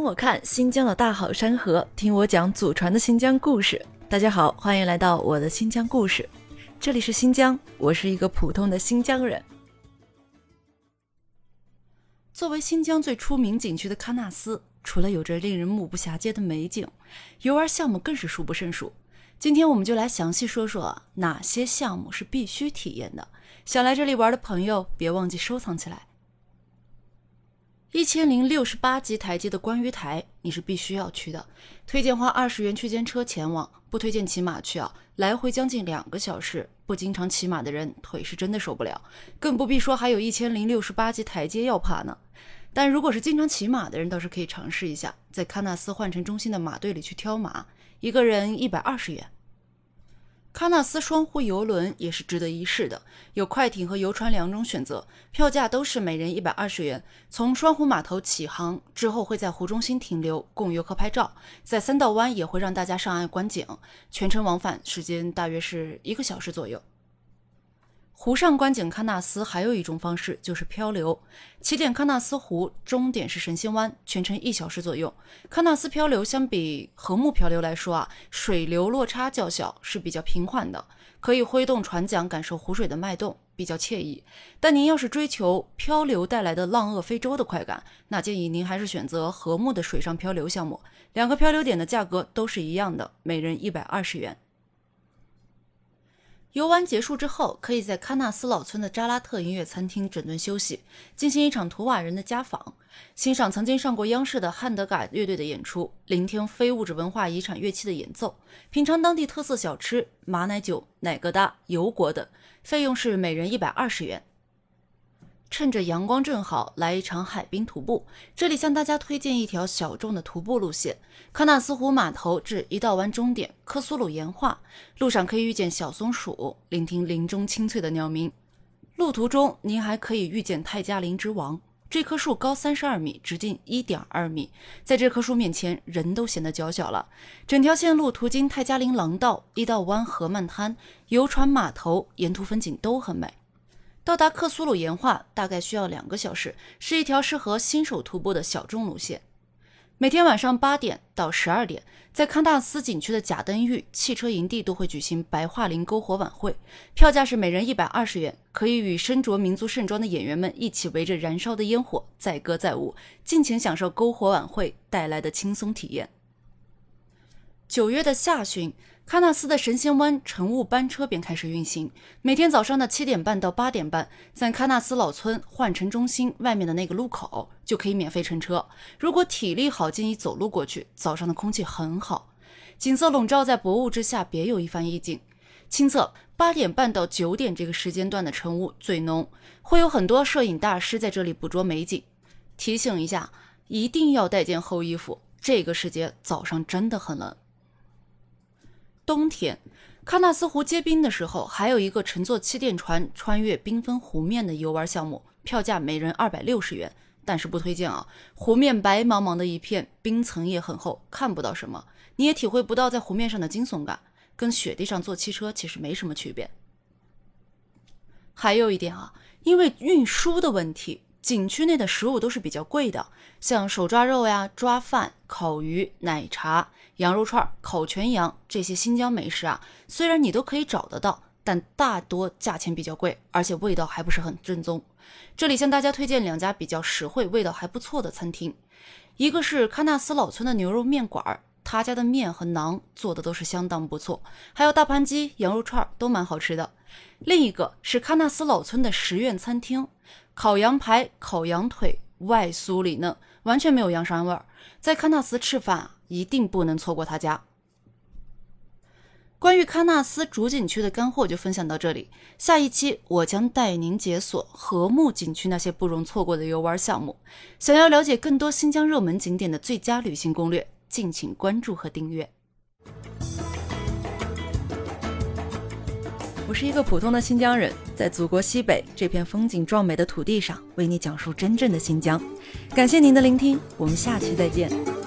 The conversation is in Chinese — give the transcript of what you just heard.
我看新疆的大好山河，听我讲祖传的新疆故事。大家好，欢迎来到我的新疆故事。这里是新疆，我是一个普通的新疆人。作为新疆最出名景区的喀纳斯，除了有着令人目不暇接的美景，游玩项目更是数不胜数。今天我们就来详细说说哪些项目是必须体验的，想来这里玩的朋友别忘记收藏起来。1068级台阶的观鱼台你是必须要去的，推荐花20元区间车前往，不推荐骑马去来回将近2个小时，不经常骑马的人腿是真的受不了，更不必说还有1068级台阶要爬呢。但如果是经常骑马的人倒是可以尝试一下，在喀纳斯换乘中心的马队里去挑马，一个人120元。喀纳斯双湖游轮也是值得一试的，有快艇和游船2种选择，票价都是每人120元。从双湖码头起航之后会在湖中心停留，供游客拍照，在三道湾也会让大家上岸观景，全程往返时间大约是1个小时左右。湖上观景喀纳斯还有一种方式就是漂流，起点喀纳斯湖，终点是神仙湾，全程1小时左右。喀纳斯漂流相比禾木漂流来说水流落差较小，是比较平缓的，可以挥动船桨感受湖水的脉动，比较惬意。但您要是追求漂流带来的浪遏飞舟的快感，那建议您还是选择禾木的水上漂流项目，2个漂流点的价格都是一样的，每人120元。游玩结束之后，可以在喀纳斯老村的扎拉特音乐餐厅整顿休息，进行一场图瓦人的家访，欣赏曾经上过央视的汉德嘎乐队的演出，聆听非物质文化遗产乐器的演奏，品尝当地特色小吃马奶酒、奶疙瘩、油果等，费用是每人120元。趁着阳光正好，来一场海滨徒步。这里向大家推荐一条小众的徒步路线，喀纳斯湖码头至一道湾终点科苏鲁岩画，路上可以遇见小松鼠，聆听林中清脆的鸟鸣。路途中您还可以遇见泰加林之王，这棵树高32米，直径1.2米，在这棵树面前人都显得娇小了。整条线路途经泰加林廊道、一道湾河漫滩、游船码头，沿途风景都很美。到达克苏鲁岩画大概需要2个小时，是一条适合新手徒步的小众路线。每天晚上8点到12点，在喀纳斯景区的贾登峪汽车营地都会举行白桦林篝火晚会，票价是每人120元，可以与身着民族盛装的演员们一起围着燃烧的烟火载歌载舞，尽情享受篝火晚会带来的轻松体验。9月的下旬，喀纳斯的神仙湾乘务班车便开始运行，每天早上的7点半到8点半，在喀纳斯老村换乘中心外面的那个路口就可以免费乘车。如果体力好，建议走路过去，早上的空气很好，景色笼罩在薄雾之下，别有一番意境。亲测8点半到9点这个时间段的晨雾最浓，会有很多摄影大师在这里捕捉美景。提醒一下，一定要带件厚衣服，这个时节早上真的很冷。冬天，喀纳斯湖结冰的时候，还有一个乘坐气垫船穿越缤纷湖面的游玩项目，票价每人260元，但是不推荐湖面白茫茫的一片，冰层也很厚，看不到什么，你也体会不到在湖面上的惊悚感，跟雪地上坐汽车其实没什么区别。还有一点因为运输的问题，景区内的食物都是比较贵的，像手抓肉抓饭、烤鱼、奶茶、羊肉串、烤全羊，这些新疆美食虽然你都可以找得到，但大多价钱比较贵，而且味道还不是很正宗。这里向大家推荐2家比较实惠、味道还不错的餐厅，一个是喀纳斯老村的牛肉面馆，他家的面和馕做的都是相当不错，还有大盘鸡、羊肉串都蛮好吃的。另一个是喀纳斯老村的十苑餐厅，烤羊排、烤羊腿，外酥里嫩，完全没有羊膻味。在喀纳斯吃饭一定不能错过他家。关于喀纳斯主景区的干货就分享到这里，下一期我将带您解锁禾木景区那些不容错过的游玩项目。想要了解更多新疆热门景点的最佳旅行攻略，敬请关注和订阅。我是一个普通的新疆人，在祖国西北这片风景壮美的土地上，为你讲述真正的新疆。感谢您的聆听，我们下期再见。